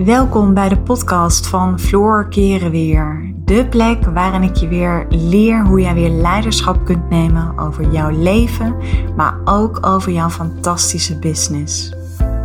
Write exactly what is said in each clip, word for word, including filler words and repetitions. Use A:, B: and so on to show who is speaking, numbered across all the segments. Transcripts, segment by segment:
A: Welkom bij de podcast van Floor Keren Weer. De plek waarin ik je weer leer hoe jij weer leiderschap kunt nemen over jouw leven, maar ook over jouw fantastische business.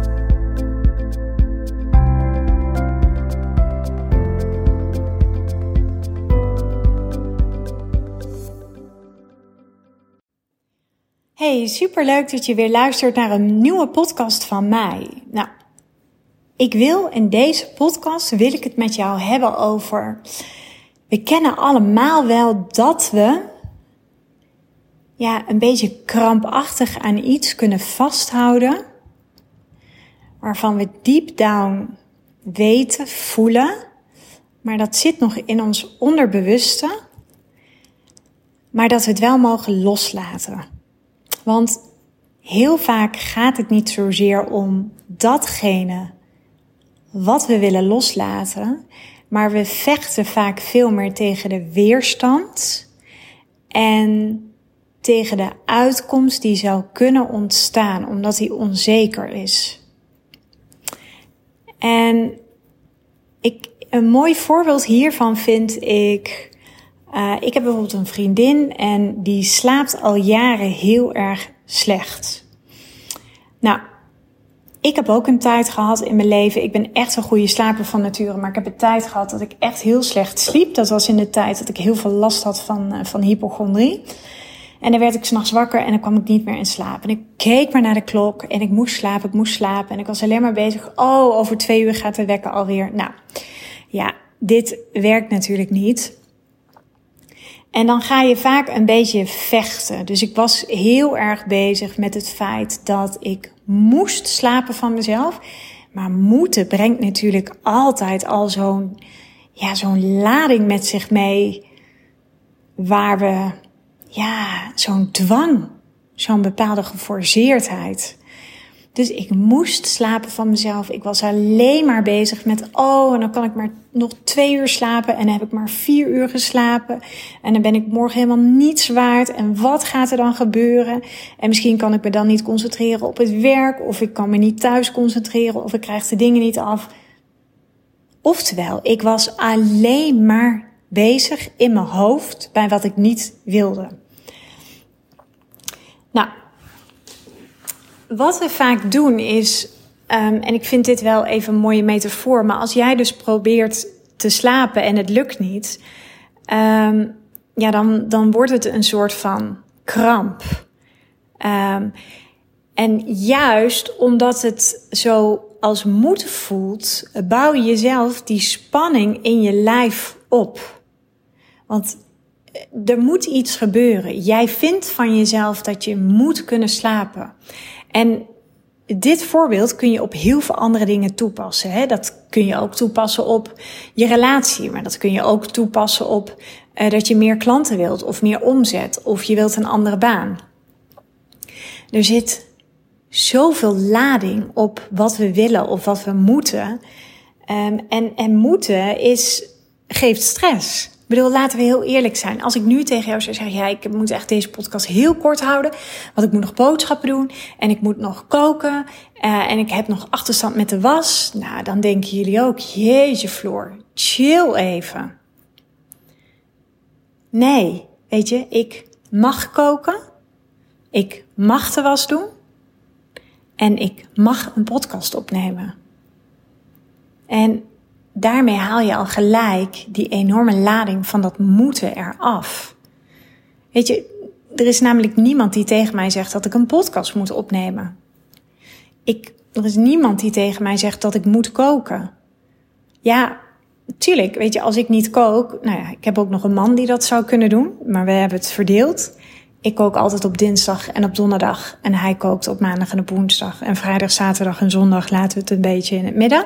A: Hey, superleuk dat je weer luistert naar een nieuwe podcast van mij. Nou, ik wil in deze podcast, wil ik het met jou hebben over... We kennen allemaal wel dat we ja, een beetje krampachtig aan iets kunnen vasthouden, waarvan we deep down weten, voelen, maar dat zit nog in ons onderbewuste, maar dat we het wel mogen loslaten. Want heel vaak gaat het niet zozeer om datgene wat we willen loslaten, maar we vechten vaak veel meer tegen de weerstand en tegen de uitkomst die zou kunnen ontstaan, omdat die onzeker is. En ik, een mooi voorbeeld hiervan vind ik... Uh, ik heb bijvoorbeeld een vriendin en die slaapt al jaren heel erg slecht. Nou, ik heb ook een tijd gehad in mijn leven. Ik ben echt een goede slaper van nature, maar ik heb een tijd gehad dat ik echt heel slecht sliep. Dat was in de tijd dat ik heel veel last had van, uh, van hypochondrie. En dan werd ik 's nachts wakker en dan kwam ik niet meer in slaap. En ik keek maar naar de klok en ik moest slapen, ik moest slapen. En ik was alleen maar bezig, oh, over twee uur gaat de wekker alweer. Nou, ja, dit werkt natuurlijk niet. En dan ga je vaak een beetje vechten. Dus ik was heel erg bezig met het feit dat ik moest slapen van mezelf. Maar moeten brengt natuurlijk altijd al zo'n, ja, zo'n lading met zich mee. Waar we, ja, zo'n dwang, zo'n bepaalde geforceerdheid. Dus ik moest slapen van mezelf. Ik was alleen maar bezig met, oh, en dan kan ik maar nog twee uur slapen. En dan heb ik maar vier uur geslapen. En dan ben ik morgen helemaal niets waard. En wat gaat er dan gebeuren? En misschien kan ik me dan niet concentreren op het werk. Of ik kan me niet thuis concentreren. Of ik krijg de dingen niet af. Oftewel, ik was alleen maar bezig in mijn hoofd bij wat ik niet wilde. Nou, wat we vaak doen is, um, en ik vind dit wel even een mooie metafoor, maar als jij dus probeert te slapen en het lukt niet, um, ja, dan, dan wordt het een soort van kramp. Um, en juist omdat het zo als moeten voelt, bouw je jezelf die spanning in je lijf op. Want er moet iets gebeuren. Jij vindt van jezelf dat je moet kunnen slapen. En dit voorbeeld kun je op heel veel andere dingen toepassen. Hè? Dat kun je ook toepassen op je relatie. Maar dat kun je ook toepassen op uh, dat je meer klanten wilt. Of meer omzet. Of je wilt een andere baan. Er zit zoveel lading op wat we willen of wat we moeten. Um, en, en moeten is, geeft stress. Ik bedoel, laten we heel eerlijk zijn. Als ik nu tegen jou zou zeggen, ja, ik moet echt deze podcast heel kort houden. Want ik moet nog boodschappen doen. En ik moet nog koken. Uh, en ik heb nog achterstand met de was. Nou, dan denken jullie ook, jeetje Floor, chill even. Nee, weet je, ik mag koken. Ik mag de was doen. En ik mag een podcast opnemen. En daarmee haal je al gelijk die enorme lading van dat moeten eraf. Weet je, er is namelijk niemand die tegen mij zegt dat ik een podcast moet opnemen. Ik, er is niemand die tegen mij zegt dat ik moet koken. Ja, natuurlijk, weet je, als ik niet kook... Nou ja, ik heb ook nog een man die dat zou kunnen doen, maar we hebben het verdeeld. Ik kook altijd op dinsdag en op donderdag. En hij kookt op maandag en op woensdag. En vrijdag, zaterdag en zondag laten we het een beetje in het midden.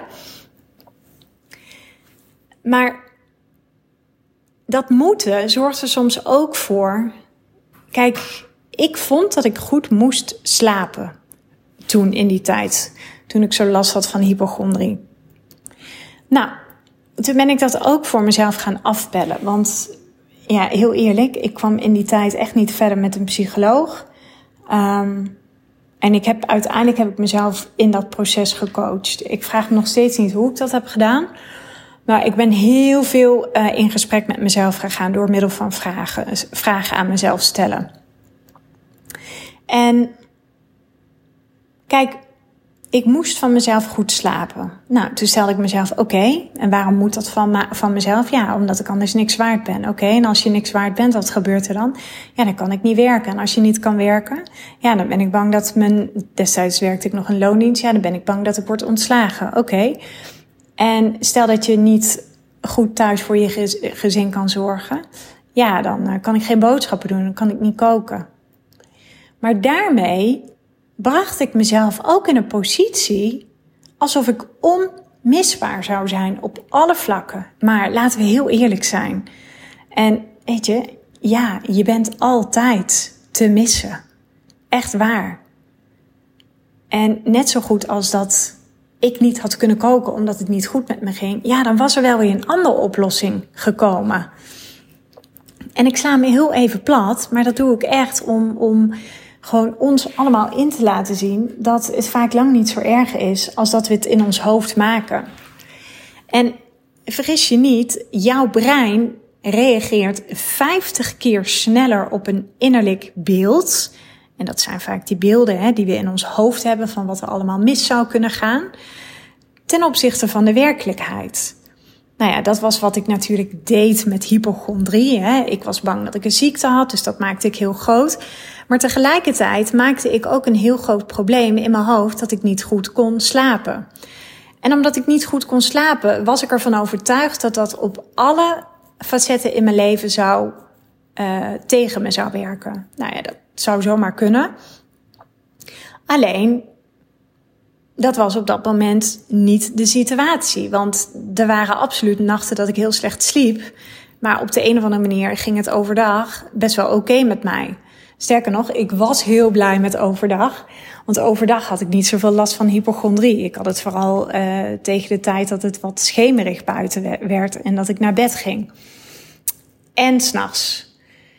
A: Maar dat moeten zorgt er soms ook voor... Kijk, ik vond dat ik goed moest slapen toen in die tijd. Toen ik zo last had van hypochondrie. Nou, toen ben ik dat ook voor mezelf gaan afbellen. Want ja, heel eerlijk, ik kwam in die tijd echt niet verder met een psycholoog. Um, En ik heb, uiteindelijk heb ik mezelf in dat proces gecoacht. Ik vraag me nog steeds niet hoe ik dat heb gedaan. Maar ik ben heel veel uh, in gesprek met mezelf gegaan door middel van vragen, vragen aan mezelf stellen. En kijk, ik moest van mezelf goed slapen. Nou, toen stelde ik mezelf, oké, okay, en waarom moet dat van, ma- van mezelf? Ja, omdat ik anders niks waard ben. Oké, okay, en als je niks waard bent, wat gebeurt er dan? Ja, dan kan ik niet werken. En als je niet kan werken, ja, dan ben ik bang dat mijn... Destijds werkte ik nog in loondienst. Ja, dan ben ik bang dat ik word ontslagen. Oké. Okay. En stel dat je niet goed thuis voor je gez- gezin kan zorgen. Ja, dan uh, kan ik geen boodschappen doen. Dan kan ik niet koken. Maar daarmee bracht ik mezelf ook in een positie alsof ik onmisbaar zou zijn op alle vlakken. Maar laten we heel eerlijk zijn. En weet je, ja, je bent altijd te missen. Echt waar. En net zo goed als dat ik niet had kunnen koken omdat het niet goed met me ging, ja, dan was er wel weer een andere oplossing gekomen. En ik sla me heel even plat, maar dat doe ik echt om, om gewoon ons allemaal in te laten zien dat het vaak lang niet zo erg is als dat we het in ons hoofd maken. En vergis je niet, jouw brein reageert vijftig keer sneller op een innerlijk beeld. En dat zijn vaak die beelden hè, die we in ons hoofd hebben van wat er allemaal mis zou kunnen gaan, ten opzichte van de werkelijkheid. Nou ja, dat was wat ik natuurlijk deed met hypochondrie. Hè. Ik was bang dat ik een ziekte had, dus dat maakte ik heel groot. Maar tegelijkertijd maakte ik ook een heel groot probleem in mijn hoofd dat ik niet goed kon slapen. En omdat ik niet goed kon slapen, was ik ervan overtuigd dat dat op alle facetten in mijn leven zou uh, tegen me zou werken. Nou ja, dat zou zomaar kunnen. Alleen, dat was op dat moment niet de situatie. Want er waren absoluut nachten dat ik heel slecht sliep. Maar op de een of andere manier ging het overdag best wel oké okay met mij. Sterker nog, ik was heel blij met overdag. Want overdag had ik niet zoveel last van hypochondrie. Ik had het vooral uh, tegen de tijd dat het wat schemerig buiten werd en dat ik naar bed ging. En 's nachts.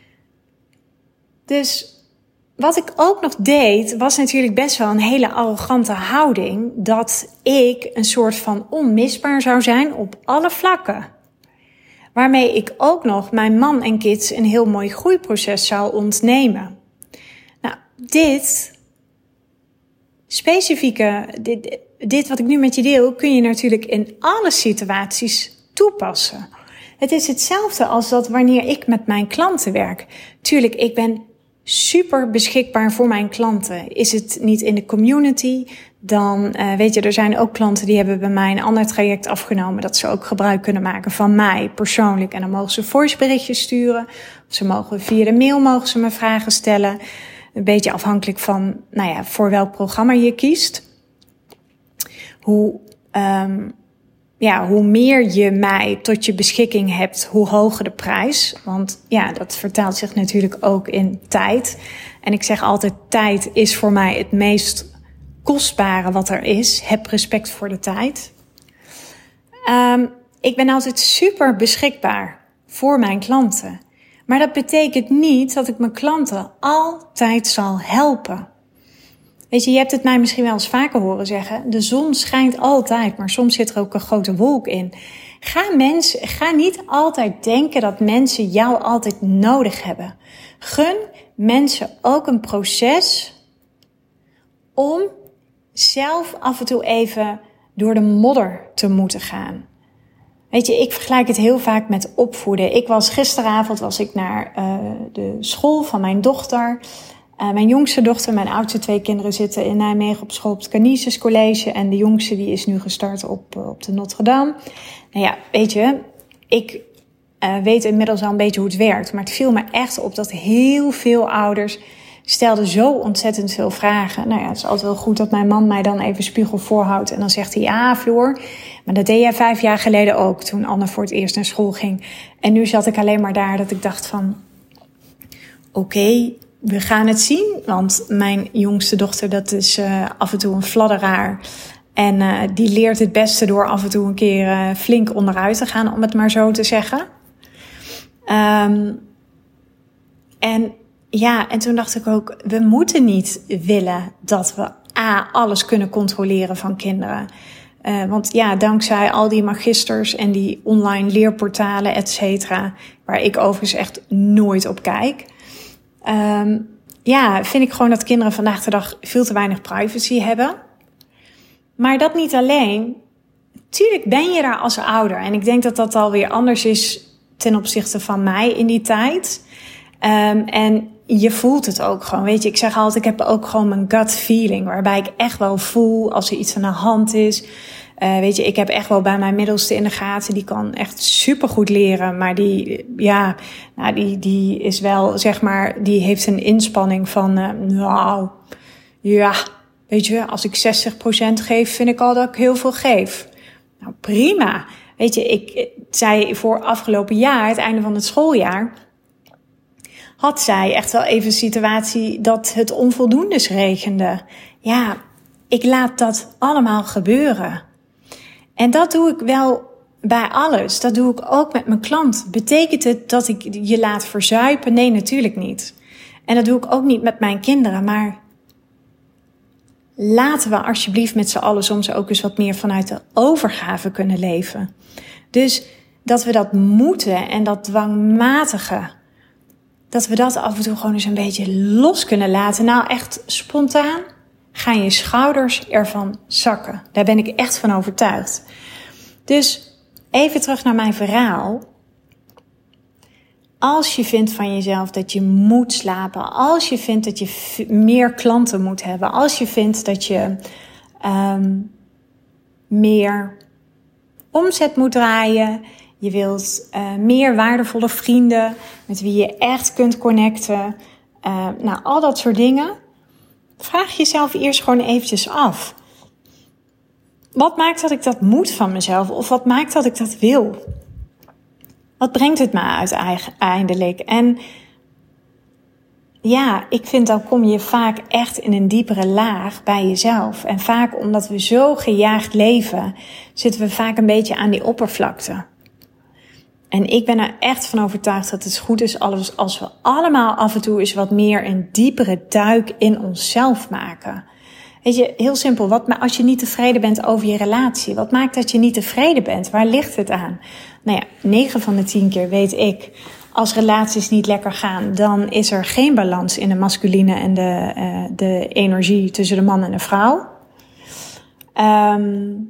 A: Dus wat ik ook nog deed, was natuurlijk best wel een hele arrogante houding. Dat ik een soort van onmisbaar zou zijn op alle vlakken. Waarmee ik ook nog mijn man en kids een heel mooi groeiproces zou ontnemen. Nou, dit specifieke, dit, dit wat ik nu met je deel, kun je natuurlijk in alle situaties toepassen. Het is hetzelfde als dat wanneer ik met mijn klanten werk. Tuurlijk, ik ben super beschikbaar voor mijn klanten. Is het niet in de community, dan uh, weet je, er zijn ook klanten die hebben bij mij een ander traject afgenomen, dat ze ook gebruik kunnen maken van mij persoonlijk. En dan mogen ze voiceberichtjes sturen. Of ze mogen via de mail mogen ze me vragen stellen. Een beetje afhankelijk van, nou ja, voor welk programma je kiest. Hoe, um, ja, hoe meer je mij tot je beschikking hebt, hoe hoger de prijs. Want ja, dat vertaalt zich natuurlijk ook in tijd. En ik zeg altijd, tijd is voor mij het meest kostbare wat er is. Heb respect voor de tijd. Um, ik ben altijd super beschikbaar voor mijn klanten. Maar dat betekent niet dat ik mijn klanten altijd zal helpen. Weet je, je hebt het mij misschien wel eens vaker horen zeggen. De zon schijnt altijd, maar soms zit er ook een grote wolk in. Ga, mensen, ga niet altijd denken dat mensen jou altijd nodig hebben. Gun mensen ook een proces om zelf af en toe even door de modder te moeten gaan. Weet je, ik vergelijk het heel vaak met opvoeden. Ik was gisteravond was ik naar uh, de school van mijn dochter. Uh, mijn jongste dochter, mijn oudste twee kinderen zitten in Nijmegen op school op het Canisius College. En de jongste die is nu gestart op, uh, op de Notre Dame. Nou ja, weet je, ik uh, weet inmiddels al een beetje hoe het werkt. Maar het viel me echt op dat heel veel ouders stelden zo ontzettend veel vragen. Nou ja, het is altijd wel goed dat mijn man mij dan even spiegel voorhoudt. En dan zegt hij, ja Floor, maar dat deed jij vijf jaar geleden ook, toen Anne voor het eerst naar school ging. En nu zat ik alleen maar daar dat ik dacht van, oké, okay, we gaan het zien. Want mijn jongste dochter, dat is uh, af en toe een fladderaar. En uh, die leert het beste door af en toe een keer uh, flink onderuit te gaan, om het maar zo te zeggen. Um, en ja, en toen dacht ik ook, we moeten niet willen dat we A, alles kunnen controleren van kinderen. Uh, want ja, dankzij al die magisters en die online leerportalen, et cetera, waar ik overigens echt nooit op kijk. Um, ja, vind ik gewoon dat kinderen vandaag de dag veel te weinig privacy hebben. Maar dat niet alleen. Tuurlijk ben je daar als ouder. En ik denk dat dat alweer anders is ten opzichte van mij in die tijd. Um, en je voelt het ook gewoon. Weet je, ik zeg altijd, ik heb ook gewoon mijn gut feeling. Waarbij ik echt wel voel als er iets aan de hand is. Uh, weet je, ik heb echt wel bij mijn middelste in de gaten. Die kan echt supergoed leren. Maar die, ja, nou, die, die is wel, zeg maar, die heeft een inspanning van, uh, nou, ja, weet je, als ik zestig procent geef, vind ik al dat ik heel veel geef. Nou, prima. Weet je, ik zei voor afgelopen jaar, het einde van het schooljaar, had zij echt wel even een situatie dat het onvoldoendes regende. Ja, ik laat dat allemaal gebeuren. En dat doe ik wel bij alles. Dat doe ik ook met mijn klant. Betekent het dat ik je laat verzuipen? Nee, natuurlijk niet. En dat doe ik ook niet met mijn kinderen. Maar laten we alsjeblieft met z'n allen soms ook eens wat meer vanuit de overgave kunnen leven. Dus dat we dat moeten en dat dwangmatige, dat we dat af en toe gewoon eens een beetje los kunnen laten. Nou, echt spontaan gaan je schouders ervan zakken. Daar ben ik echt van overtuigd. Dus even terug naar mijn verhaal. Als je vindt van jezelf dat je moet slapen, als je vindt dat je f- meer klanten moet hebben, als je vindt dat je um, meer omzet moet draaien, je wilt uh, meer waardevolle vrienden met wie je echt kunt connecten, uh, nou, al dat soort dingen. Vraag jezelf eerst gewoon eventjes af. Wat maakt dat ik dat moet van mezelf? Of wat maakt dat ik dat wil? Wat brengt het me uiteindelijk? En ja, ik vind dan kom je vaak echt in een diepere laag bij jezelf. En vaak omdat we zo gejaagd leven, zitten we vaak een beetje aan die oppervlakte. En ik ben er echt van overtuigd dat het goed is als, als we allemaal af en toe eens wat meer een diepere duik in onszelf maken. Weet je, heel simpel, wat, als je niet tevreden bent over je relatie, wat maakt dat je niet tevreden bent? Waar ligt het aan? Nou ja, negen van de tien keer weet ik, als relaties niet lekker gaan, dan is er geen balans in de masculine en de, uh, de energie tussen de man en de vrouw. Um,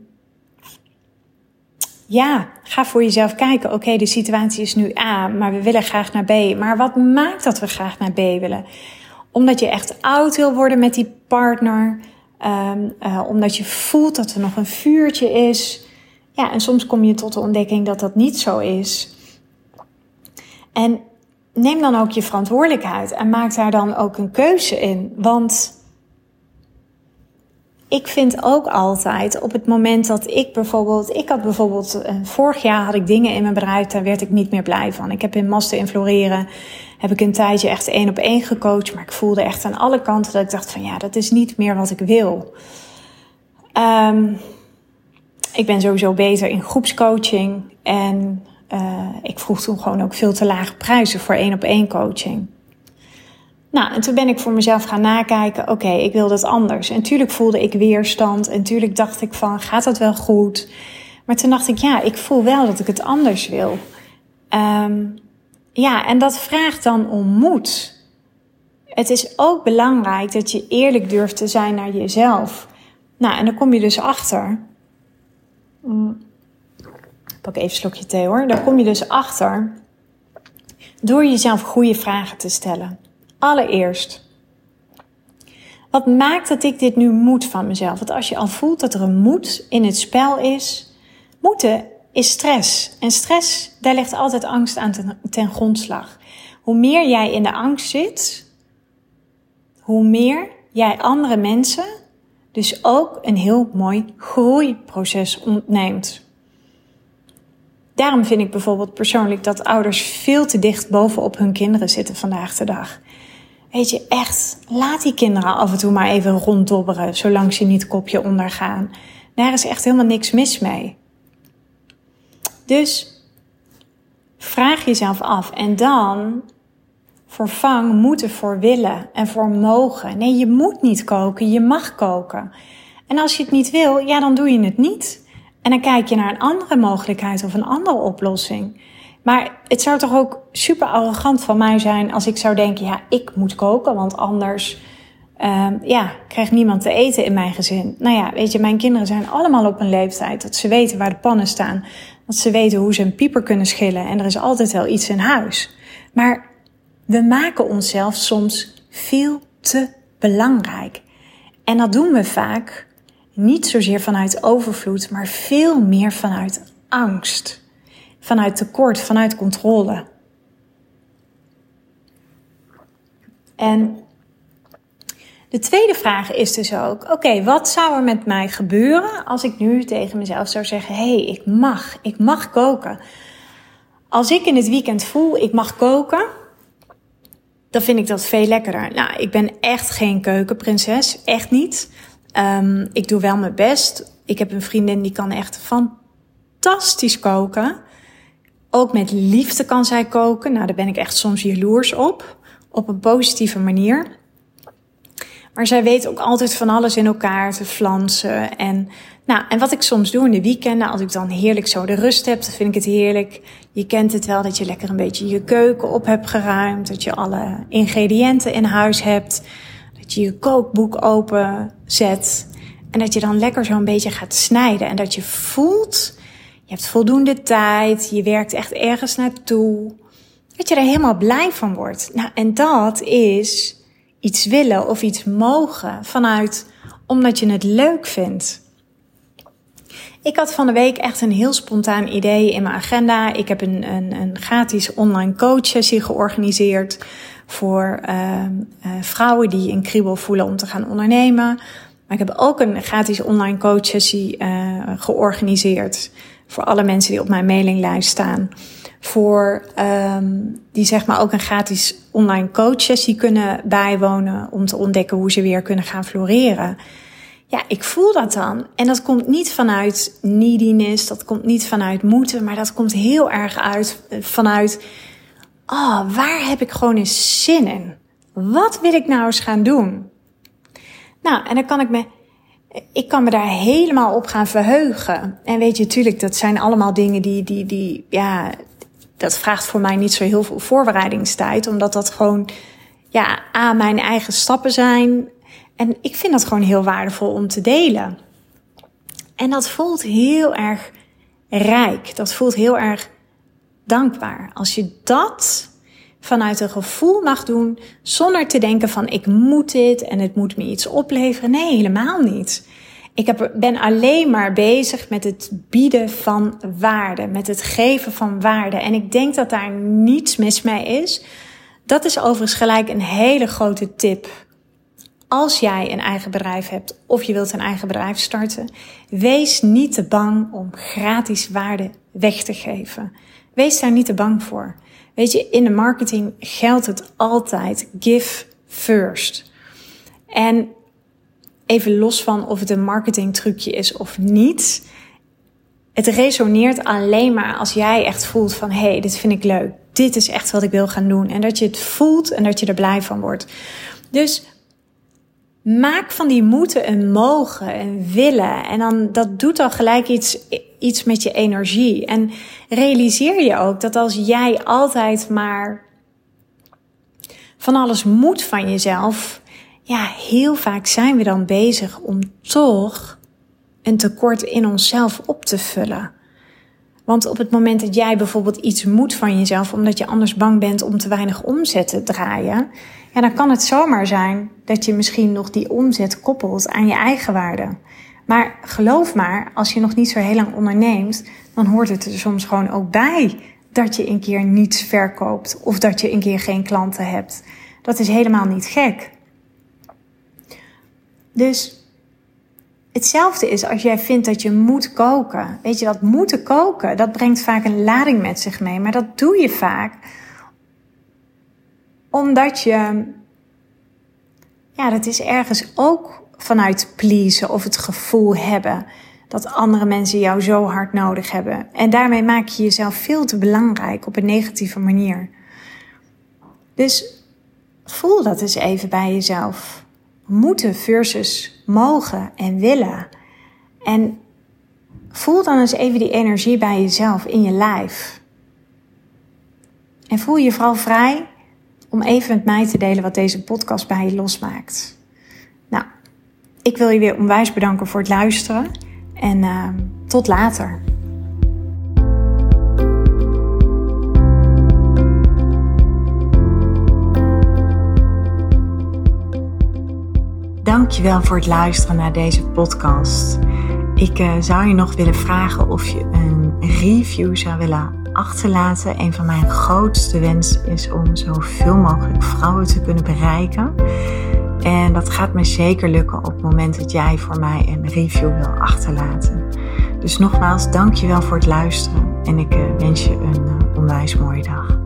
A: Ja, ga voor jezelf kijken. Oké, okay, de situatie is nu A, maar we willen graag naar B. Maar wat maakt dat we graag naar B willen? Omdat je echt oud wil worden met die partner. Um, uh, omdat je voelt dat er nog een vuurtje is. Ja, en soms kom je tot de ontdekking dat dat niet zo is. En neem dan ook je verantwoordelijkheid. En maak daar dan ook een keuze in. Want ik vind ook altijd op het moment dat ik bijvoorbeeld... Ik had bijvoorbeeld... Uh, vorig jaar had ik dingen in mijn bedrijf, daar werd ik niet meer blij van. Ik heb in Master in Floreren, heb ik een tijdje echt één op één gecoacht. Maar ik voelde echt aan alle kanten dat ik dacht van ja, dat is niet meer wat ik wil. Um, ik ben sowieso beter in groepscoaching. En uh, ik vroeg toen gewoon ook veel te lage prijzen voor één op één coaching. Nou, en toen ben ik voor mezelf gaan nakijken. Oké, okay, ik wil dat anders. En tuurlijk voelde ik weerstand. En tuurlijk dacht ik van, gaat dat wel goed? Maar toen dacht ik, ja, ik voel wel dat ik het anders wil. Um, ja, en dat vraagt dan om moed. Het is ook belangrijk dat je eerlijk durft te zijn naar jezelf. Nou, en dan kom je dus achter. Mm, pak even een slokje thee hoor. Dan kom je dus achter door jezelf goede vragen te stellen. Allereerst, wat maakt dat ik dit nu moet van mezelf? Want als je al voelt dat er een moed in het spel is, moeten is stress. En stress, daar ligt altijd angst aan ten, ten grondslag. Hoe meer jij in de angst zit, hoe meer jij andere mensen dus ook een heel mooi groeiproces ontneemt. Daarom vind ik bijvoorbeeld persoonlijk dat ouders veel te dicht bovenop hun kinderen zitten vandaag de dag. Weet je, echt, laat die kinderen af en toe maar even ronddobberen, zolang ze niet kopje ondergaan. Daar is echt helemaal niks mis mee. Dus vraag jezelf af en dan vervang moeten voor willen en voor mogen. Nee, je moet niet koken, je mag koken. En als je het niet wil, ja, dan doe je het niet. En dan kijk je naar een andere mogelijkheid of een andere oplossing. Maar het zou toch ook super arrogant van mij zijn als ik zou denken, ja, ik moet koken, want anders uh, ja, krijgt niemand te eten in mijn gezin. Nou ja, weet je, mijn kinderen zijn allemaal op een leeftijd dat ze weten waar de pannen staan. Dat ze weten hoe ze een pieper kunnen schillen en er is altijd wel iets in huis. Maar we maken onszelf soms veel te belangrijk. En dat doen we vaak niet zozeer vanuit overvloed, maar veel meer vanuit angst. Vanuit tekort, vanuit controle. En de tweede vraag is dus ook, oké, okay, wat zou er met mij gebeuren als ik nu tegen mezelf zou zeggen, hé, hey, ik mag, ik mag koken. Als ik in het weekend voel, ik mag koken, dan vind ik dat veel lekkerder. Nou, ik ben echt geen keukenprinses, echt niet. Um, ik doe wel mijn best. Ik heb een vriendin die kan echt fantastisch koken. Ook met liefde kan zij koken. Nou, daar ben ik echt soms jaloers op. Op een positieve manier. Maar zij weet ook altijd van alles in elkaar te flansen. En, nou, en wat ik soms doe in de weekenden, als ik dan heerlijk zo de rust heb, dan vind ik het heerlijk. Je kent het wel, dat je lekker een beetje je keuken op hebt geruimd. Dat je alle ingrediënten in huis hebt. Dat je je kookboek open zet. En dat je dan lekker zo een beetje gaat snijden. En dat je voelt, je hebt voldoende tijd. Je werkt echt ergens naartoe. Dat je er helemaal blij van wordt. Nou, en dat is iets willen of iets mogen vanuit omdat je het leuk vindt. Ik had van de week echt een heel spontaan idee in mijn agenda. Ik heb een, een, een gratis online coachsessie georganiseerd voor uh, uh, vrouwen die een kriebel voelen om te gaan ondernemen. Maar ik heb ook een gratis online coachsessie uh, georganiseerd voor alle mensen die op mijn mailinglijst staan. Voor um, die zeg maar ook een gratis online coachsessie kunnen bijwonen om te ontdekken hoe ze weer kunnen gaan floreren. Ja, ik voel dat dan. En dat komt niet vanuit neediness, dat komt niet vanuit moeten, maar dat komt heel erg uit vanuit, oh, waar heb ik gewoon eens zin in? Wat wil ik nou eens gaan doen? Nou, en dan kan ik me, ik kan me daar helemaal op gaan verheugen. En weet je, natuurlijk, dat zijn allemaal dingen die, die, die, ja, dat vraagt voor mij niet zo heel veel voorbereidingstijd, omdat dat gewoon, ja, aan mijn eigen stappen zijn. En ik vind dat gewoon heel waardevol om te delen. En dat voelt heel erg rijk. Dat voelt heel erg dankbaar. Als je dat vanuit een gevoel mag doen, zonder te denken van ik moet dit en het moet me iets opleveren. Nee, helemaal niet. Ik heb, ben alleen maar bezig met het bieden van waarde, met het geven van waarde. En ik denk dat daar niets mis mee is. Dat is overigens gelijk een hele grote tip. Als jij een eigen bedrijf hebt of je wilt een eigen bedrijf starten, wees niet te bang om gratis waarde weg te geven. Wees daar niet te bang voor. Weet je, in de marketing geldt het altijd give first. En even los van of het een marketingtrucje is of niet, het resoneert alleen maar als jij echt voelt van, hé, hey, dit vind ik leuk. Dit is echt wat ik wil gaan doen. En dat je het voelt en dat je er blij van wordt. Dus maak van die moeten een mogen, een willen. En dan, dat doet al gelijk iets, iets met je energie. En realiseer je ook dat als jij altijd maar van alles moet van jezelf, ja, heel vaak zijn we dan bezig om toch een tekort in onszelf op te vullen. Want op het moment dat jij bijvoorbeeld iets moet van jezelf, omdat je anders bang bent om te weinig omzet te draaien, ja, dan kan het zomaar zijn dat je misschien nog die omzet koppelt aan je eigen waarde. Maar geloof maar, als je nog niet zo heel lang onderneemt, dan hoort het er soms gewoon ook bij dat je een keer niets verkoopt of dat je een keer geen klanten hebt. Dat is helemaal niet gek. Dus hetzelfde is als jij vindt dat je moet koken. Weet je, dat moeten koken, dat brengt vaak een lading met zich mee. Maar dat doe je vaak omdat je, ja, dat is ergens ook vanuit pleasen of het gevoel hebben dat andere mensen jou zo hard nodig hebben. En daarmee maak je jezelf veel te belangrijk op een negatieve manier. Dus voel dat eens even bij jezelf. Moeten versus mogen en willen. En voel dan eens even die energie bij jezelf in je lijf. En voel je vooral vrij om even met mij te delen wat deze podcast bij je losmaakt. Nou, ik wil je weer onwijs bedanken voor het luisteren. En uh, tot later. Dankjewel voor het luisteren naar deze podcast. Ik uh, zou je nog willen vragen of je een review zou willen achterlaten. Een van mijn grootste wensen is om zoveel mogelijk vrouwen te kunnen bereiken. En dat gaat me zeker lukken op het moment dat jij voor mij een review wil achterlaten. Dus nogmaals, dankjewel voor het luisteren. En ik uh, wens je een uh, onwijs mooie dag.